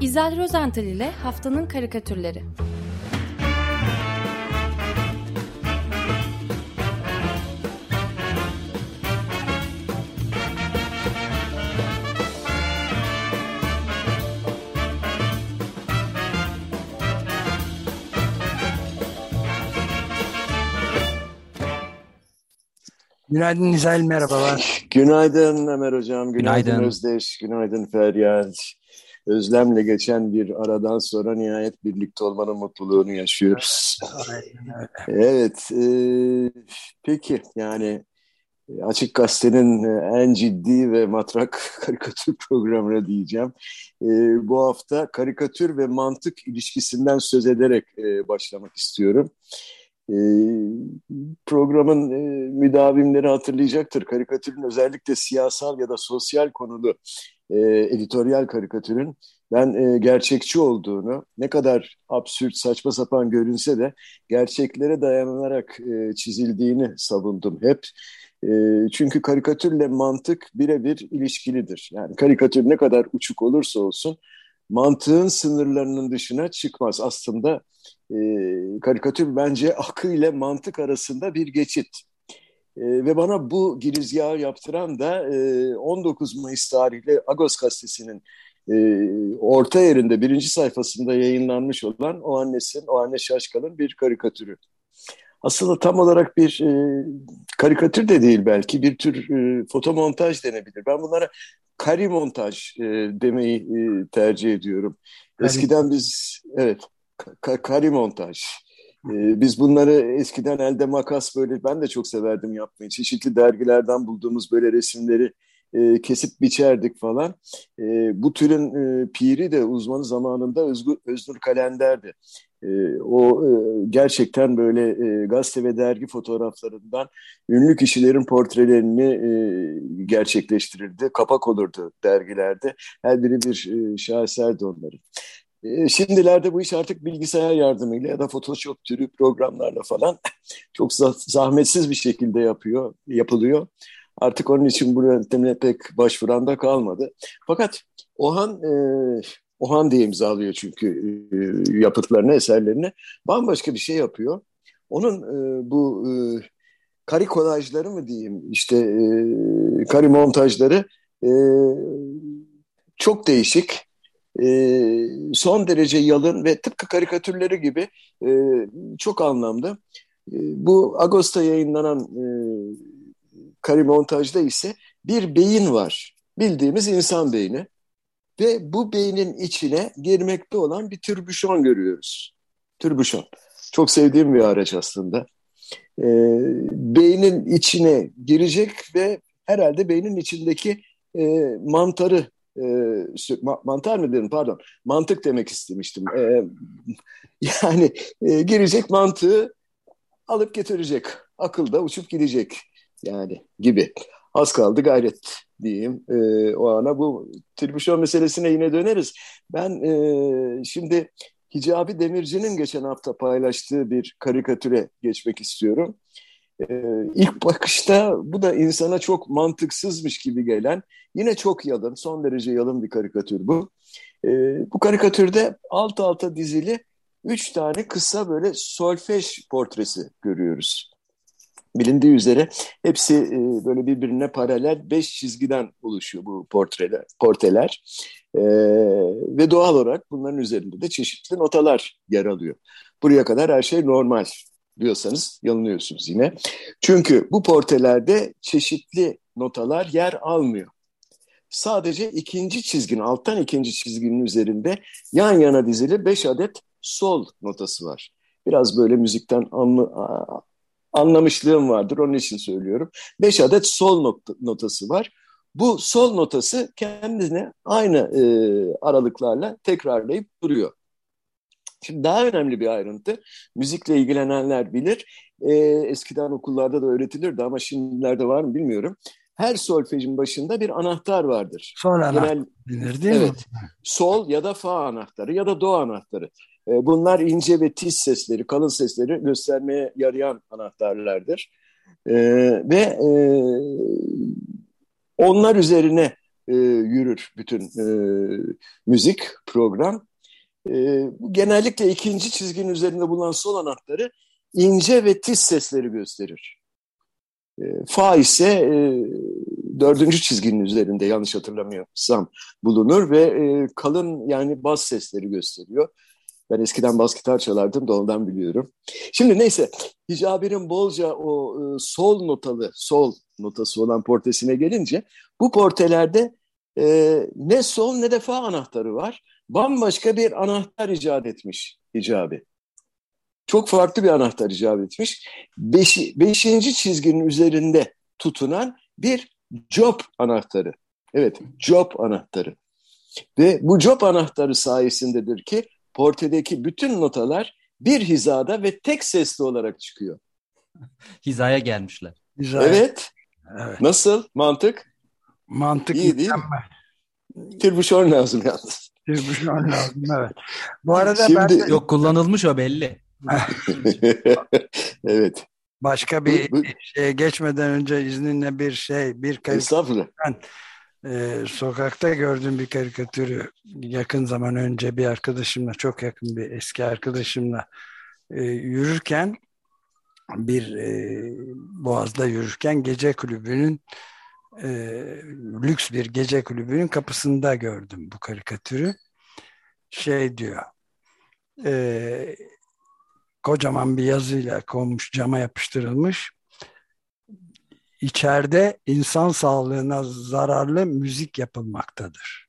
İzel Rozental ile Haftanın Karikatürleri. Günaydın İzel, merhabalar. Günaydın Ömer Hocam, günaydın Günaydın. Özdeş, günaydın Feryal. Özlemle geçen bir aradan sonra nihayet birlikte olmanın mutluluğunu yaşıyoruz. Aynen öyle. Evet, peki yani Açık Gazete'nin en ciddi ve matrak karikatür programına diyeceğim. Bu hafta karikatür ve mantık ilişkisinden söz ederek başlamak istiyorum. E, Programın müdavimleri hatırlayacaktır. Karikatürün özellikle siyasal ya da sosyal konulu editoryal karikatürün ben gerçekçi olduğunu, ne kadar absürt, saçma sapan görünse de gerçeklere dayanarak çizildiğini savundum hep. Çünkü karikatürle mantık birebir ilişkilidir. Yani karikatür ne kadar uçuk olursa olsun mantığın sınırlarının dışına çıkmaz. Aslında karikatür bence akıl ile mantık arasında bir geçit. Ve bana bu girizgahı yaptıran da 19 Mayıs tarihli Agos gazetesinin orta yerinde birinci sayfasında yayınlanmış olan O Anne Şaşkal'ın bir karikatürü. Aslında tam olarak bir karikatür de değil, belki bir tür fotomontaj denebilir. Ben bunlara karimontaj demeyi tercih ediyorum. Eskiden biz, evet, karimontaj. Biz bunları eskiden elde makas, böyle ben de çok severdim yapmayı. Çeşitli dergilerden bulduğumuz böyle resimleri kesip biçerdik falan. Bu türün piri de uzmanı zamanında Öznur Kalender'di. Gerçekten böyle gazete ve dergi fotoğraflarından ünlü kişilerin portrelerini gerçekleştirirdi. Kapak olurdu dergilerde. Her biri bir şaheserdi onların. Şimdilerde bu iş artık bilgisayar yardımıyla ya da Photoshop türü programlarla falan çok zahmetsiz bir şekilde yapılıyor. Artık onun için bu yöntemine pek başvuran da kalmadı. Fakat Ohan diye imzalıyor çünkü yapıtlarını, eserlerini. Bambaşka bir şey yapıyor. Onun bu karikolajları mı diyeyim, işte kari montajları e, çok değişik. Son derece yalın ve tıpkı karikatürleri gibi çok anlamlı. Bu Ağustos'ta yayınlanan kare montajda ise bir beyin var. Bildiğimiz insan beyni. Ve bu beynin içine girmekte olan bir türbüşon görüyoruz. Türbüşon. Çok sevdiğim bir araç aslında. Beynin içine girecek ve herhalde beynin içindeki mantarı mantar mı dedim, pardon, mantık demek istemiştim. Yani girecek, mantığı alıp getirecek, akılda uçup gidecek yani gibi. Az kaldı gayret diyeyim. O ana bu tribüşon meselesine yine döneriz. Ben şimdi Hicabi Demirci'nin geçen hafta paylaştığı bir karikatüre geçmek istiyorum. İlk bakışta bu da insana çok mantıksızmış gibi gelen, yine çok yalın, son derece yalın bir karikatür bu. Bu karikatürde alt alta dizili 3 tane kısa böyle solfej portresi görüyoruz. Bilindiği üzere hepsi böyle birbirine paralel 5 çizgiden oluşuyor bu portreler. Ve doğal olarak bunların üzerinde de çeşitli notalar yer alıyor. Buraya kadar her şey normal diyorsanız yanılıyorsunuz yine. Çünkü bu portrelerde çeşitli notalar yer almıyor. Sadece alttan ikinci çizginin üzerinde yan yana dizili 5 adet sol notası var. Biraz böyle müzikten anlamışlığım vardır, onun için söylüyorum. 5 adet sol notası var. Bu sol notası kendine aynı aralıklarla tekrarlayıp duruyor. Şimdi daha önemli bir ayrıntı, müzikle ilgilenenler bilir. Eskiden okullarda da öğretilirdi ama şimdilerde var mı bilmiyorum. Her solfejin başında bir anahtar vardır. Sol anahtar denir değil mi? Evet, sol ya da fa anahtarı ya da do anahtarı. Bunlar ince ve tiz sesleri, kalın sesleri göstermeye yarayan anahtarlardır. Ve onlar üzerine yürür bütün müzik program. Genellikle ikinci çizginin üzerinde bulunan sol anahtarı ince ve tiz sesleri gösterir. Fa ise dördüncü çizginin üzerinde yanlış hatırlamıyorsam bulunur ve kalın yani bas sesleri gösteriyor. Ben eskiden bas gitar çalardım da ondan biliyorum. Şimdi neyse Hicabi'nin bolca o sol notası olan portesine gelince bu portelerde ne sol ne de fa anahtarı var. Bambaşka bir anahtar icat etmiş Hicabi. Çok farklı bir anahtar icat etmiş. Beşinci çizginin üzerinde tutunan bir job anahtarı. Evet, job anahtarı. Ve bu job anahtarı sayesindedir ki portedeki bütün notalar bir hizada ve tek sesli olarak çıkıyor. Hizaya gelmişler. Evet. Evet. Nasıl? Mantık? Mantık İyi değil mi? mükemmel. Tirbuşon lazım yalnız. Tirbuşon lazım, evet. Bu arada Şimdi... ben de Yok, kullanılmış o belli. Evet. başka bir şeye geçmeden önce izninle bir Estağfurullah. sokakta gördüğüm bir karikatürü yakın zaman önce bir arkadaşımla, çok yakın bir eski arkadaşımla yürürken Boğaz'da yürürken gece kulübünün lüks bir gece kulübünün kapısında gördüm bu karikatürü. Şey diyor, kocaman bir yazıyla konmuş, cama yapıştırılmış. İçeride insan sağlığına zararlı müzik yapılmaktadır.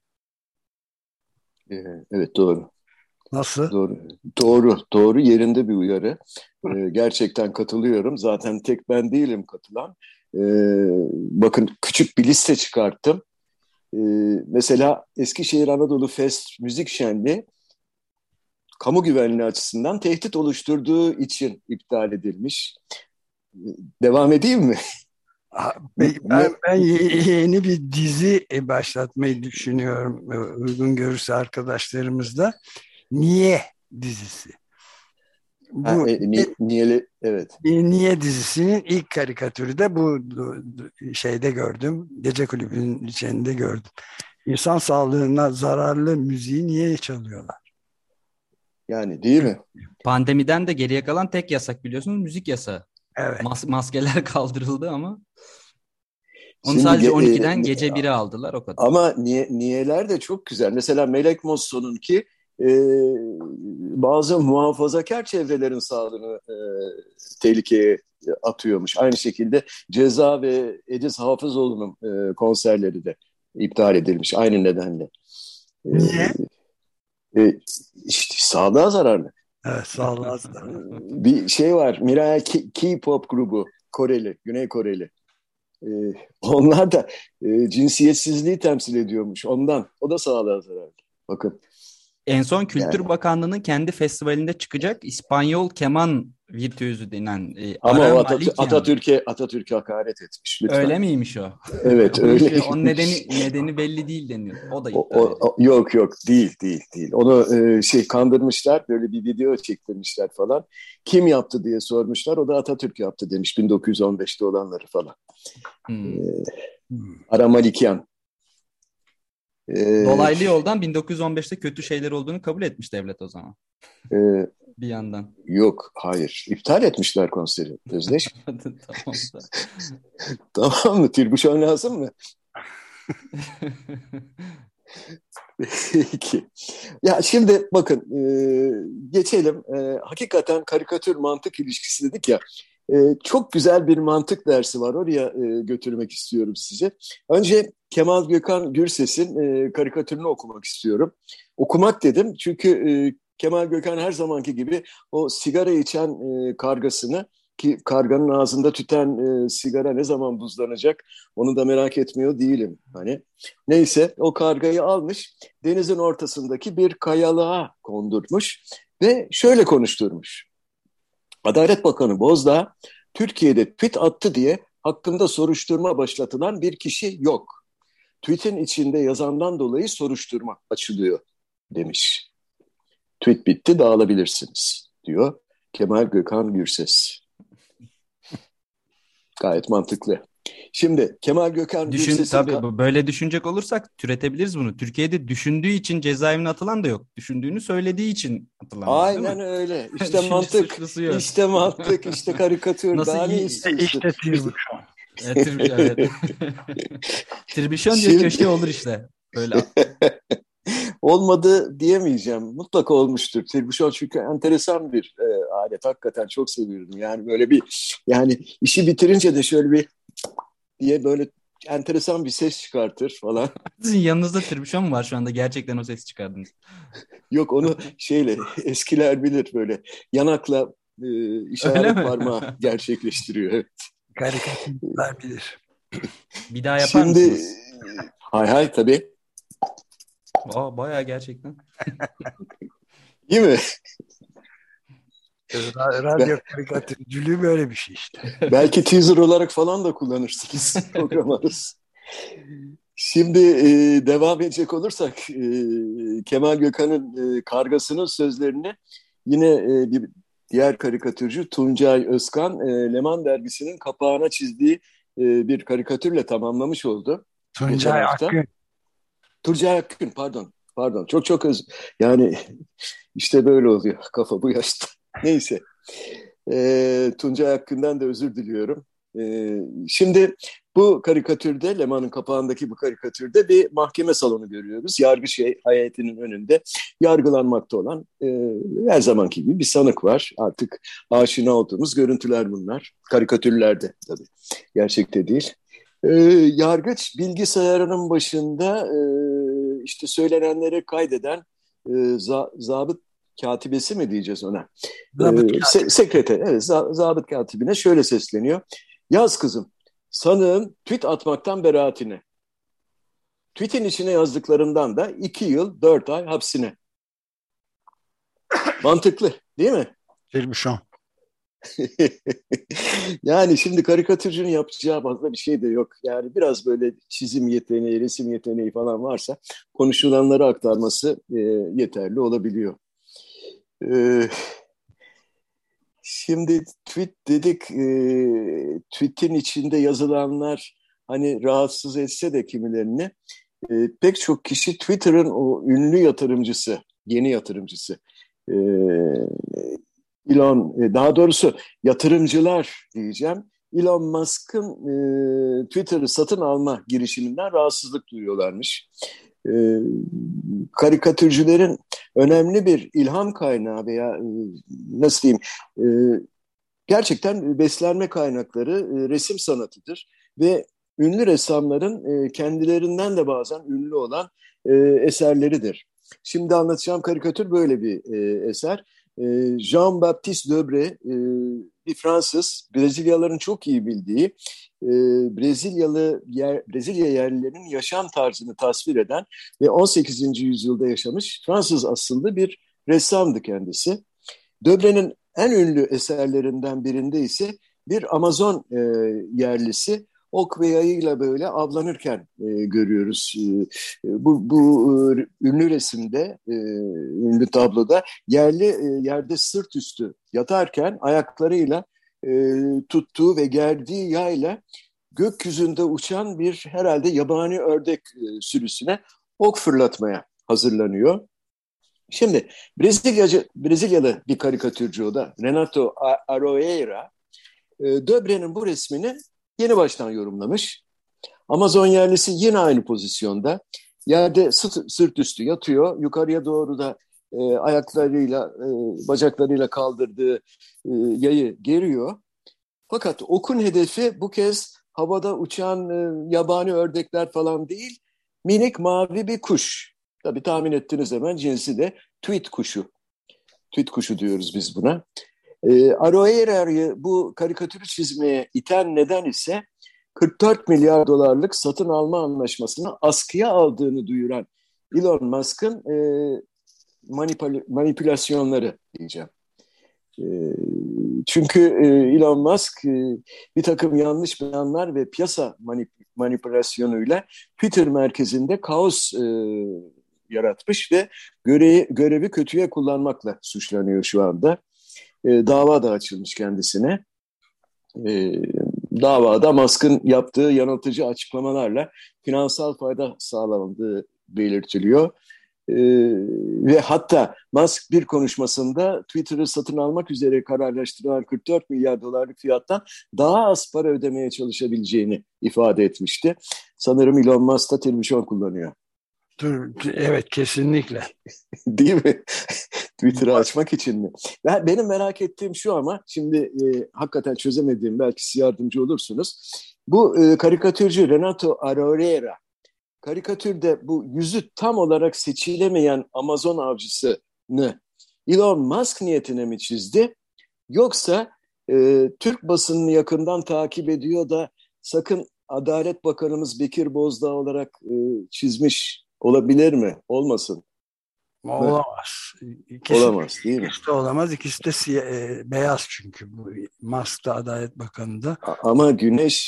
Evet, doğru. Nasıl? Doğru yerinde bir uyarı. Gerçekten katılıyorum. Zaten tek ben değilim katılan. Bakın küçük bir liste çıkarttım. Mesela Eskişehir Anadolu Fest Müzik Şenliği kamu güvenliği açısından tehdit oluşturduğu için iptal edilmiş. Devam edeyim mi? Ben yeni bir dizi başlatmayı düşünüyorum. Uygun görürse arkadaşlarımızla. Niye dizisi? Bu evet. Niye dizisinin ilk karikatürü de bu şeyde gördüm. Gece kulübünün içinde gördüm. İnsan sağlığına zararlı müziği niye çalıyorlar? Yani değil mi? Pandemiden de geriye kalan tek yasak biliyorsunuz müzik yasağı. Evet. Maskeler kaldırıldı ama onu Şimdi sadece 12'den gece 1'e aldılar, o kadar. Ama niyeler de çok güzel. Mesela Melek Mosso'nunki bazı muhafazakar çevrelerin sağlığını tehlikeye atıyormuş. Aynı şekilde Ceza ve Ediz Hafızoğlu'nun konserleri de iptal edilmiş aynı nedenle. Niye? İşte sağlığa zararlı. Evet, sağlığa zararlı. Bir şey var, Mirai K-pop grubu, Koreli, Güney Koreli. Onlar da cinsiyetsizliği temsil ediyormuş ondan. O da sağlığa zararlı. Bakın. En son Kültür Bakanlığı'nın kendi festivalinde çıkacak İspanyol keman virtüözü denen ama o Malikian. Atatürk'e hakaret etmiş lütfen. Öyle miymiş o? Evet öyle. Onun nedeni belli değil deniyor. O da yok değil. Onu kandırmışlar, böyle bir video çektirmişler falan. Kim yaptı diye sormuşlar. O da Atatürk yaptı demiş 1915'te olanları falan. Ara Malikian. Dolaylı yoldan 1915'te kötü şeyler olduğunu kabul etmiş devlet o zaman. Bir yandan. Yok, hayır. İptal etmişler konseri. Özdeş. Tamam da. Tamam mı? Tirbuşon lazım mı? Peki. Ya şimdi bakın geçelim. Hakikaten karikatür mantık ilişkisi dedik ya. Çok güzel bir mantık dersi var. Oraya götürmek istiyorum sizi. Önce Kemal Gökhan Gürses'in karikatürünü okumak istiyorum. Okumak dedim çünkü Kemal Gökhan her zamanki gibi o sigara içen kargasını, ki karganın ağzında tüten sigara ne zaman buzlanacak onu da merak etmiyor değilim. Hani neyse, o kargayı almış, denizin ortasındaki bir kayalığa kondurmuş ve şöyle konuşturmuş. Adalet Bakanı Bozdağ, Türkiye'de tweet attı diye hakkında soruşturma başlatılan bir kişi yok. Tweet'in içinde yazandan dolayı soruşturma açılıyor demiş. Tweet bitti, dağılabilirsiniz diyor Kemal Gökhan Gürses. Gayet mantıklı. Şimdi Kemal Gökhan Tabii böyle düşünecek olursak türetebiliriz bunu. Türkiye'de düşündüğü için cezaevine atılan da yok. Düşündüğünü söylediği için atılan var, değil mi? Aynen öyle. İşte Düşünce mantık, suçlusu yok. işte mantık, işte karikatür. Nasıl Daha ne iyi? istiyorsun? İşte Tirbuşon. Evet. Tribüşon diyor, Şimdi köşe olur işte. Böyle. olmadı diyemeyeceğim. Mutlaka olmuştur. Tirbuşon çünkü enteresan bir alet. Hakikaten çok seviyorum. Yani böyle bir, yani işi bitirince de şöyle bir diye böyle enteresan bir ses çıkartır falan. Sizin yanınızda tribüşon mu var şu anda? Gerçekten o sesi çıkardınız. Yok, onu şeyle eskiler bilir, böyle yanakla Öyle işaret mi? parmağı gerçekleştiriyor. Evet. Karikatüristler bilir. Bir daha yapar Şimdi mısınız? hay tabii. Bayağı gerçekten. Değil mi? Radyo karikatürcülüğü böyle bir şey işte. Belki teaser olarak falan da kullanırsınız program arası. Şimdi devam edecek olursak Kemal Gökhan'ın Kargası'nın sözlerini yine bir diğer karikatürcü Tuncay Özkan Leman dergisinin kapağına çizdiği bir karikatürle tamamlamış oldu geçen Tuncay hafta. Akgün. Tuncay Akgün, pardon, çok yani işte böyle oluyor kafa bu yaşta. Neyse. Tuncay Akgün'den de özür diliyorum. Şimdi bu karikatürde, Leman'ın kapağındaki bu karikatürde bir mahkeme salonu görüyoruz. Yargıç heyetinin önünde yargılanmakta olan her zamanki gibi bir sanık var. Artık aşina olduğumuz görüntüler bunlar. Karikatürlerde tabii. Gerçekte değil. Yargıç bilgisayarının başında işte söylenenleri kaydeden zabıt katibesi mi diyeceğiz ona? Sekreter, evet, zabıt katibine şöyle sesleniyor. Yaz kızım, sanığın tweet atmaktan beraatine. Tweet'in içine yazdıklarından da 2 yıl 4 ay hapsine. Mantıklı değil mi? Tirbuşon. Yani şimdi karikatürcünün yapacağı fazla bir şey de yok. Yani biraz böyle çizim yeteneği, resim yeteneği falan varsa konuşulanları aktarması yeterli olabiliyor. Şimdi tweet dedik, tweet'in içinde yazılanlar hani rahatsız etse de kimilerini, pek çok kişi Twitter'ın o ünlü yatırımcısı, yeni yatırımcısı, daha doğrusu yatırımcılar diyeceğim, Elon Musk'ın Twitter'ı satın alma girişiminden rahatsızlık duyuyorlarmış. Karikatürcülerin önemli bir ilham kaynağı veya nasıl diyeyim, gerçekten beslenme kaynakları resim sanatıdır ve ünlü ressamların kendilerinden de bazen ünlü olan eserleridir. Şimdi anlatacağım karikatür böyle bir eser. Jean-Baptiste Debré, bir Fransız, Brezilyalıların çok iyi bildiği, Brezilya yerlilerinin yaşam tarzını tasvir eden ve 18. yüzyılda yaşamış Fransız asıllı bir ressamdı kendisi. Debré'nin en ünlü eserlerinden birinde ise bir Amazon yerlisi ok ve yayıyla böyle avlanırken görüyoruz. Bu ünlü resimde, ünlü tabloda yerde sırt üstü yatarken ayaklarıyla tuttuğu ve gerdiği yayla gökyüzünde uçan bir herhalde yabani ördek sürüsüne ok fırlatmaya hazırlanıyor. Şimdi Brezilyalı bir karikatürcü, o da Renato Aroeira, Debré'nin bu resmini yeni baştan yorumlamış. Amazon yerlisi yine aynı pozisyonda. Yerde sırt üstü yatıyor. Yukarıya doğru da ayaklarıyla, bacaklarıyla kaldırdığı yayı geriyor. Fakat okun hedefi bu kez havada uçan yabani ördekler falan değil, minik mavi bir kuş. Tabii tahmin ettiniz hemen, cinsi de tweet kuşu. Tweet kuşu diyoruz biz buna. Aroeira'yı bu karikatürü çizmeye iten neden ise 44 milyar dolarlık satın alma anlaşmasını askıya aldığını duyuran Elon Musk'ın manipülasyonları diyeceğim. Çünkü Elon Musk bir takım yanlış beyanlar ve piyasa manipülasyonuyla Twitter merkezinde kaos yaratmış ve görevi kötüye kullanmakla suçlanıyor şu anda. Dava da açılmış kendisine. Davada Musk'ın yaptığı yanıltıcı açıklamalarla finansal fayda sağlandığı belirtiliyor. Ve hatta Musk bir konuşmasında Twitter'ı satın almak üzere kararlaştırılan 44 milyar dolarlık fiyattan daha az para ödemeye çalışabileceğini ifade etmişti. Sanırım Elon Musk da televizyon kullanıyor. Evet, kesinlikle. Değil mi? Twitter'ı açmak için mi? Benim merak ettiğim şu, ama şimdi hakikaten çözemediğim, belki siz yardımcı olursunuz. Bu karikatürcü Renato Arorera karikatürde bu yüzü tam olarak seçilemeyen Amazon avcısını Elon Musk niyetine mi çizdi? Yoksa Türk basınını yakından takip ediyor da sakın Adalet Bakanımız Bekir Bozdağ olarak çizmiş olabilir mi? Olmasın. Olamaz. Olamaz değil mi? İkisi de olamaz. İkisi de beyaz çünkü. Bu Musk da Adalet Bakanı'nda. Ama güneş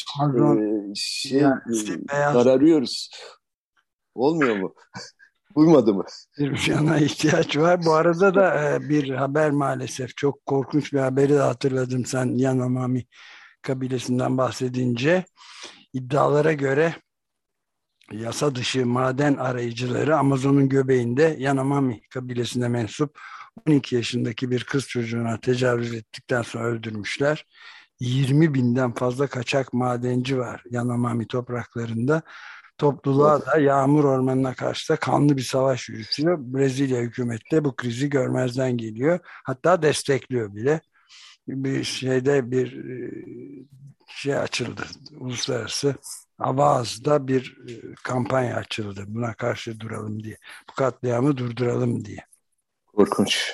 kararıyoruz. Olmuyor mu? Uymadı mı? Bir cana ihtiyaç var. Bu arada da bir haber, maalesef çok korkunç bir haberi de hatırladım sen Yanomami kabilesinden bahsedince. İddialara göre yasa dışı maden arayıcıları Amazon'un göbeğinde Yanomami kabilesine mensup 12 yaşındaki bir kız çocuğuna tecavüz ettikten sonra öldürmüşler. 20 binden fazla kaçak madenci var Yanomami topraklarında. Topluluğa da yağmur ormanına karşı da kanlı bir savaş yürütüyor. Brezilya hükümeti de bu krizi görmezden geliyor. Hatta destekliyor bile. Bir şey açıldı. Uluslararası Avaz'da bir kampanya açıldı. Buna karşı duralım diye. Bu katliamı durduralım diye. Korkunç.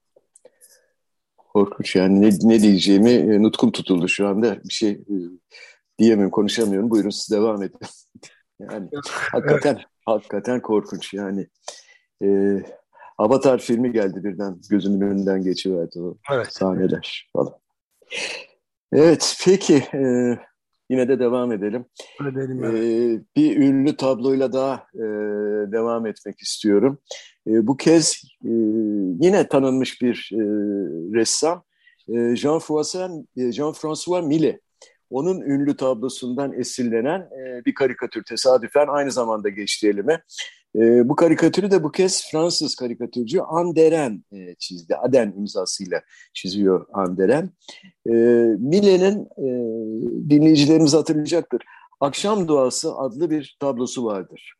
Korkunç yani, ne diyeceğimi nutkum tutuldu şu anda. Bir şey diyemiyorum, konuşamıyorum. Buyurun siz devam edin. Yani hakikaten korkunç yani. Avatar filmi geldi birden, gözümün önünden geçiverdi o sahneler falan. Evet, peki yine de devam edelim. Bir ünlü tabloyla daha devam etmek istiyorum. Bu kez yine tanınmış bir ressam Jean-François Millet. Onun ünlü tablosundan esinlenen bir karikatür, tesadüfen aynı zamanda geçti elime. Bu karikatürü de bu kez Fransız karikatürcü Anderen çizdi. Aden imzasıyla çiziyor Anderen. Millet'in dinleyicilerimiz hatırlayacaktır. Akşam Duası adlı bir tablosu vardır.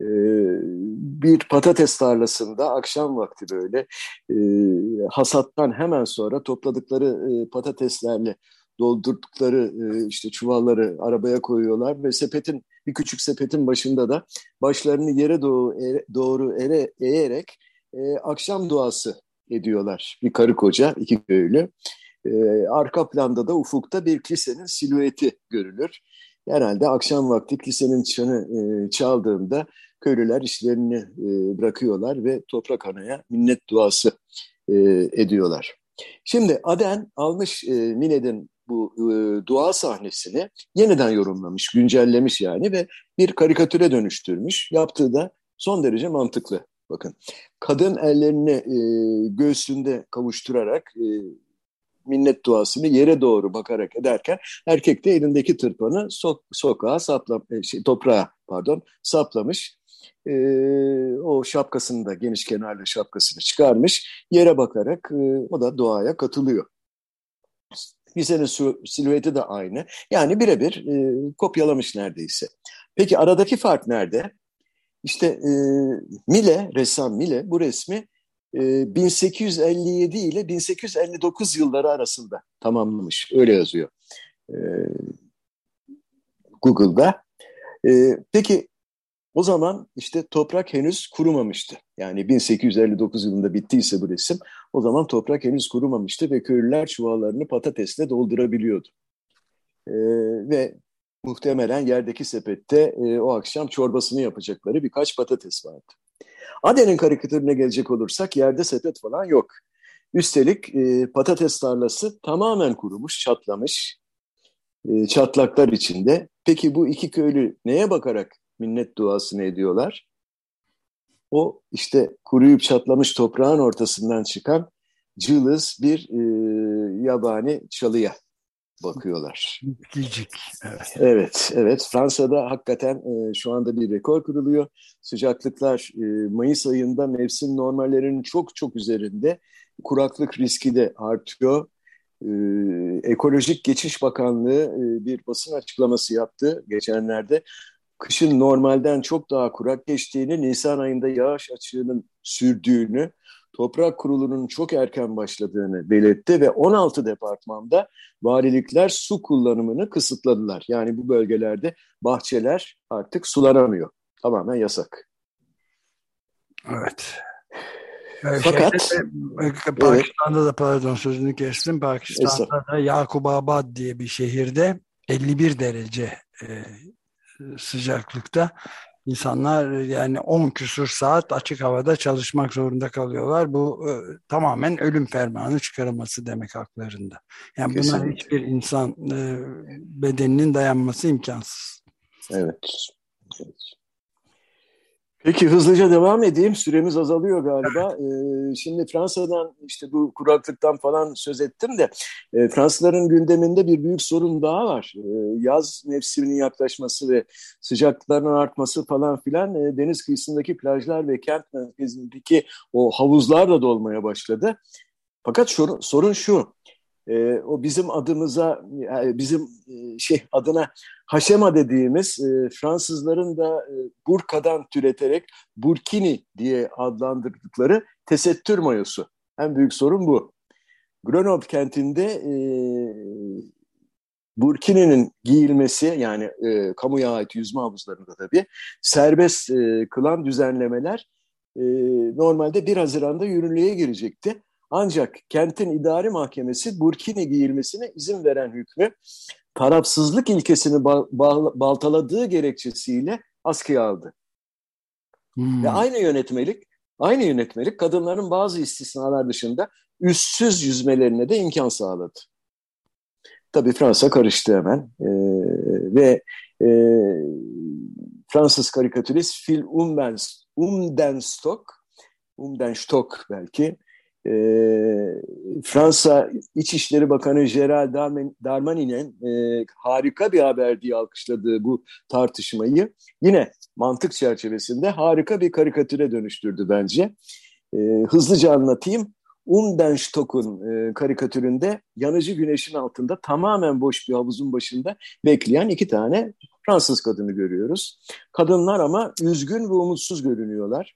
Bir patates tarlasında akşam vakti böyle hasattan hemen sonra topladıkları patateslerle doldurdukları işte çuvalları arabaya koyuyorlar ve bir küçük sepetin başında da başlarını yere doğru eğerek akşam duası ediyorlar. Bir karı koca, iki köylü. Arka planda da ufukta bir kilisenin silüeti görülür. Herhalde akşam vakti kilisenin çanı çaldığında köylüler işlerini bırakıyorlar ve toprak anaya minnet duası ediyorlar. Şimdi Aden almış Millet'in bu dua sahnesini yeniden yorumlamış, güncellemiş yani ve bir karikatüre dönüştürmüş. Yaptığı da son derece mantıklı. Bakın, kadın ellerini göğsünde kavuşturarak minnet duasını yere doğru bakarak ederken erkek de elindeki tırpanı toprağa saplamış. O şapkasını da, geniş kenarlı şapkasını çıkarmış. Yere bakarak o da duaya katılıyor. Kilisenin silüeti de aynı. Yani birebir kopyalamış neredeyse. Peki aradaki fark nerede? İşte ressam Millet bu resmi 1857 ile 1859 yılları arasında tamamlamış. Öyle yazıyor Google'da. Peki o zaman işte toprak henüz kurumamıştı. Yani 1859 yılında bittiyse bu resim, o zaman toprak henüz kurumamıştı ve köylüler çuvallarını patatesle doldurabiliyordu. Ve muhtemelen yerdeki sepette o akşam çorbasını yapacakları birkaç patates vardı. Aden'in karikatürüne gelecek olursak yerde sepet falan yok. Üstelik patates tarlası tamamen kurumuş, çatlamış, çatlaklar içinde. Peki bu iki köylü neye bakarak minnet duasını ediyorlar? O işte kuruyup çatlamış toprağın ortasından çıkan cılız bir yabani çalıya bakıyorlar. Gicik. Evet. Evet, evet. Fransa'da hakikaten şu anda bir rekor kırılıyor. Sıcaklıklar Mayıs ayında mevsim normallerinin çok çok üzerinde. Kuraklık riski de artıyor. Ekolojik Geçiş Bakanlığı bir basın açıklaması yaptı geçenlerde. Kışın normalden çok daha kurak geçtiğini, Nisan ayında yağış açığının sürdüğünü, Toprak Kurulu'nun çok erken başladığını belirtti ve 16 departmanda valilikler su kullanımını kısıtladılar. Yani bu bölgelerde bahçeler artık sulanamıyor. Tamamen yasak. Evet. Fakat evet, Pakistan'da da, pardon sözünü kestim. Pakistan'da da Yakubabad diye bir şehirde 51 derece sıcaklıkta insanlar yani 10 küsur saat açık havada çalışmak zorunda kalıyorlar. Bu tamamen ölüm fermanı çıkarılması demek haklarında. Yani buna kesinlikle. hiçbir insan bedeninin dayanması imkansız. Evet. Evet. Peki hızlıca devam edeyim. Süremiz azalıyor galiba. Şimdi Fransa'dan işte bu kuraklıktan falan söz ettim de Fransızların gündeminde bir büyük sorun daha var. Yaz mevsiminin yaklaşması ve sıcaklıkların artması falan filan deniz kıyısındaki plajlar ve kent merkezindeki o havuzlar da dolmaya başladı. Fakat sorun şu. O bizim adımıza, yani bizim adına haşema dediğimiz Fransızların da burkadan türeterek burkini diye adlandırdıkları tesettür mayosu. En büyük sorun bu. Grenoble kentinde burkininin giyilmesi, yani kamuya ait yüzme havuzlarında tabii serbest kılan düzenlemeler normalde 1 Haziran'da yürürlüğe girecekti. Ancak kentin idari mahkemesi burkini giyilmesine izin veren hükmü tarafsızlık ilkesini baltaladığı gerekçesiyle askıya aldı. Ve aynı yönetmelik kadınların bazı istisnalar dışında üstsüz yüzmelerine de imkan sağladı. Tabii Fransa karıştı hemen ve Fransız karikatürist Phil Umdenstock belki Fransa İçişleri Bakanı Gerald Darmanin'in harika bir haber diye alkışladığı bu tartışmayı yine mantık çerçevesinde harika bir karikatüre dönüştürdü bence. Hızlıca anlatayım. Umdenstock'un karikatüründe yanıcı güneşin altında tamamen boş bir havuzun başında bekleyen 2 tane Fransız kadını görüyoruz. Kadınlar ama üzgün ve umutsuz görünüyorlar.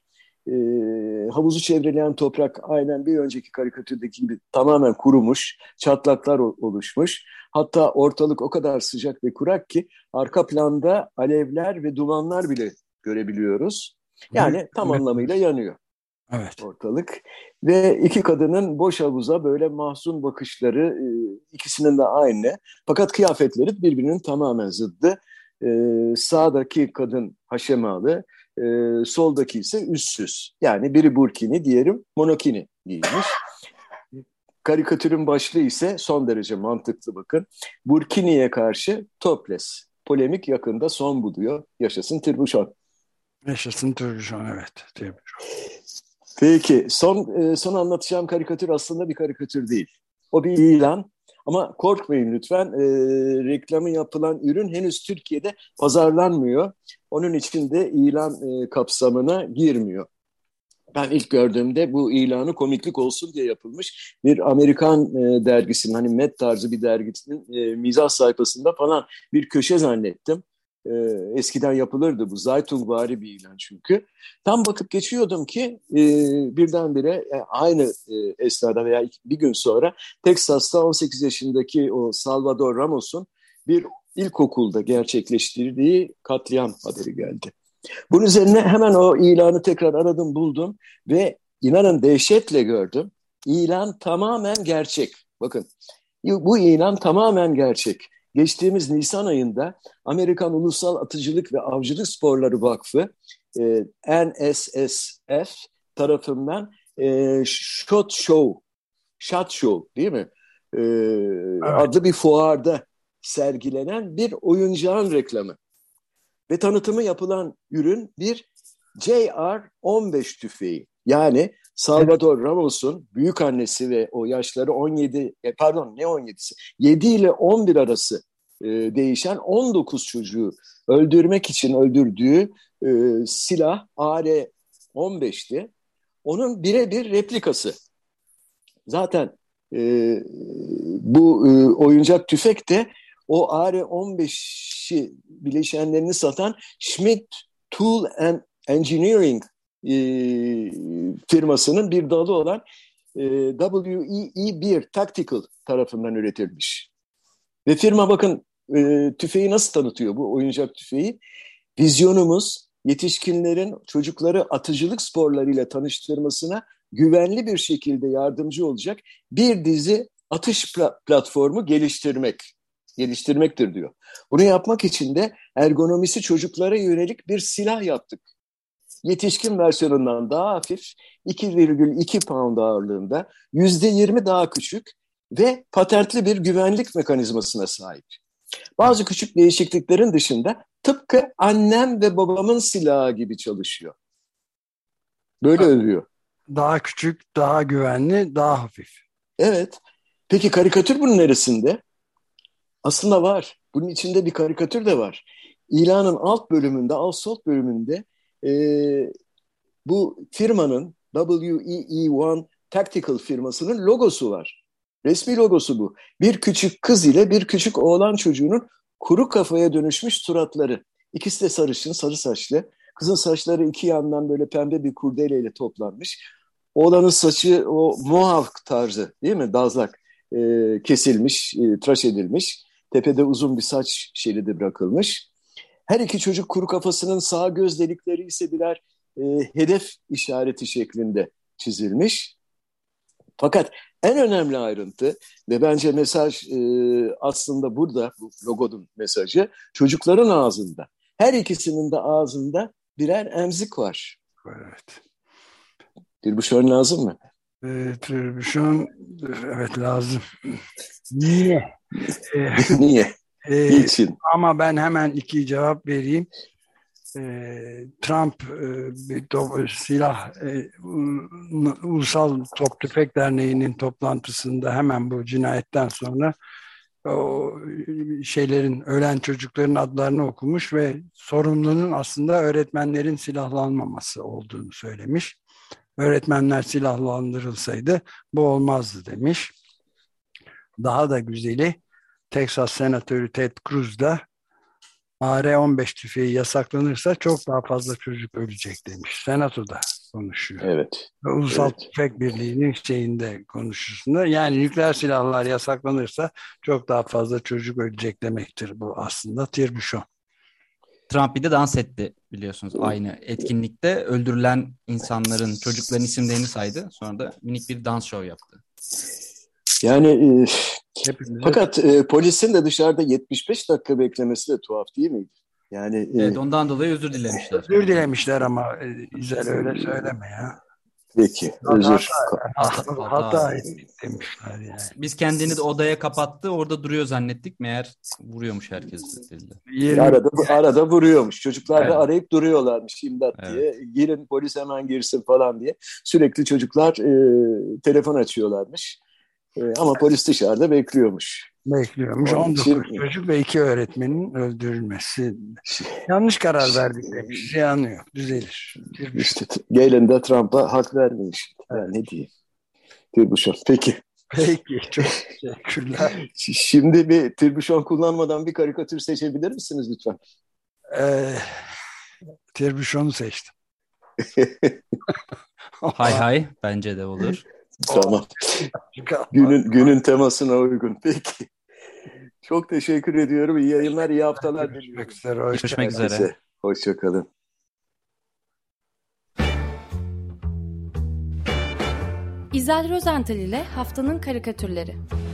Havuzu çevreleyen toprak aynen bir önceki karikatürdeki gibi tamamen kurumuş, çatlaklar oluşmuş. Hatta ortalık o kadar sıcak ve kurak ki arka planda alevler ve dumanlar bile görebiliyoruz. Yani tam anlamıyla yanıyor. Evet. Ortalık. Ve 2 kadının boş havuza böyle mahzun bakışları, ikisinin de aynı. Fakat kıyafetleri birbirinin tamamen zıddı. Sağdaki kadın haşemalı, soldaki ise üstsüz. Yani biri burkini, diğeri monokini giymiş. Karikatürün başlığı ise son derece mantıklı bakın. Burkini'ye karşı topless. Polemik yakında son buluyor. Yaşasın Tirbuşon. Yaşasın Tirbuşon, evet. Tirbuşon. Peki son anlatacağım karikatür aslında bir karikatür değil. O bir ilan ama korkmayın lütfen, reklamı yapılan ürün henüz Türkiye'de pazarlanmıyor. Onun için de ilan kapsamına girmiyor. Ben ilk gördüğümde bu ilanı komiklik olsun diye yapılmış bir Amerikan dergisinin, hani Met tarzı bir dergisinin mizah sayfasında falan bir köşe zannettim. Eskiden yapılırdı bu. Zaytungvari bir ilan çünkü. Tam bakıp geçiyordum ki birdenbire aynı esnada veya bir gün sonra Teksas'ta 18 yaşındaki o Salvador Ramos'un bir ilkokulda gerçekleştirdiği katliam haberi geldi. Bunun üzerine hemen o ilanı tekrar aradım, buldum ve inanın dehşetle gördüm. İlan tamamen gerçek. Bakın, bu ilan tamamen gerçek. Geçtiğimiz Nisan ayında Amerikan Ulusal Atıcılık ve Avcılık Sporları Vakfı NSSF tarafından SHOT Show değil mi? Evet. Adlı bir fuarda sergilenen bir oyuncağın reklamı. Ve tanıtımı yapılan ürün bir JR-15 tüfeği. Yani Salvador Ramos'un büyük annesi ve o yaşları 7 ile 11 arası değişen 19 çocuğu öldürmek için öldürdüğü silah AR-15'ti. Onun birebir replikası. Zaten bu oyuncak tüfek de o AR-15'i bileşenlerini satan Schmidt Tool and Engineering firmasının bir dalı olan WEE-1 Tactical tarafından üretilmiş. Ve firma bakın tüfeği nasıl tanıtıyor, bu oyuncak tüfeği? Vizyonumuz yetişkinlerin çocukları atıcılık sporlarıyla tanıştırmasına güvenli bir şekilde yardımcı olacak bir dizi atış platformu geliştirmektir diyor. Bunu yapmak için de ergonomisi çocuklara yönelik bir silah yaptık. Yetişkin versiyonundan daha hafif, 2,2 pound ağırlığında, %20 daha küçük ve patentli bir güvenlik mekanizmasına sahip. Bazı küçük değişikliklerin dışında tıpkı annem ve babamın silahı gibi çalışıyor. Böyle övüyor. Daha küçük, daha güvenli, daha hafif. Evet. Peki karikatür bunun neresinde? Aslında var. Bunun içinde bir karikatür de var. İlanın alt bölümünde bu firmanın WEE-1 Tactical firmasının logosu var. Resmi logosu bu. Bir küçük kız ile bir küçük oğlan çocuğunun kuru kafaya dönüşmüş suratları. İkisi de sarışın, sarı saçlı. Kızın saçları iki yandan böyle pembe bir kurdeleyle toplanmış. Oğlanın saçı o mohawk tarzı, değil mi? Dazlak kesilmiş, tıraş edilmiş. Tepede uzun bir saç şeridi bırakılmış. Her iki çocuk kuru kafasının sağ göz delikleri ise birer hedef işareti şeklinde çizilmiş. Fakat en önemli ayrıntı ve bence mesaj aslında burada, bu logonun mesajı çocukların ağzında. Her ikisinin de ağzında birer emzik var. Evet. Dilbuşon lazım mı? Dilbuşon, evet lazım. Niye? Niye? Niçin? Ama ben hemen iki cevap vereyim. Trump Ulusal Top Tüfek Derneği'nin toplantısında hemen bu cinayetten sonra o ölen çocukların adlarını okumuş ve sorumlunun aslında öğretmenlerin silahlanmaması olduğunu söylemiş. Öğretmenler silahlandırılsaydı bu olmazdı demiş. Daha da güzeli, Texas Senatörü Ted Cruz da AR-15 tüfeği yasaklanırsa çok daha fazla çocuk ölecek demiş. Senato'da konuşuyor. Evet. Ulusal Tüfek Birliği'nin konuşusunda, yani nükleer silahlar yasaklanırsa çok daha fazla çocuk ölecek demektir bu aslında. Tirbushon. Trump bir de dans etti biliyorsunuz aynı etkinlikte. Öldürülen insanların, çocukların isimlerini saydı. Sonra da minik bir dans şov yaptı. Yani fakat polisin de dışarıda 75 dakika beklemesi de tuhaf değil miydi? Yani evet, ondan dolayı özür dilemişler. Özür dilemişler ama güzel öyle söyleme ya. Peki, özür. Hata ettik demişler yani. Biz kendini de odaya kapattı, orada duruyor zannettik. Meğer vuruyormuş herkes dediler. Arada vuruyormuş. Çocuklar da evet. Arayıp duruyorlarmış imdat diye. Girin, polis hemen girsin falan diye. Sürekli çocuklar telefon açıyorlarmış. Ama polis dışarıda bekliyormuş. 19 çocuk ve 2 öğretmenin öldürülmesi. Yanlış karar verdik demiş. Yanıyor. Düzelir. İşte gelin de Trump'a hak vermemiş. Yani ne diyeyim. Tirbushon. Peki. Çok teşekkürler. Şimdi bir Tirbushon kullanmadan bir karikatür seçebilir misiniz lütfen? Tirbushon'u seçtim. Hay bence de olur. Tamam. Günün temasına uygun. Peki. Çok teşekkür ediyorum. İyi yayınlar, iyi haftalar. Görüşmek üzere. Hoşçakalın. İzel Rozental ile Haftanın Karikatürleri.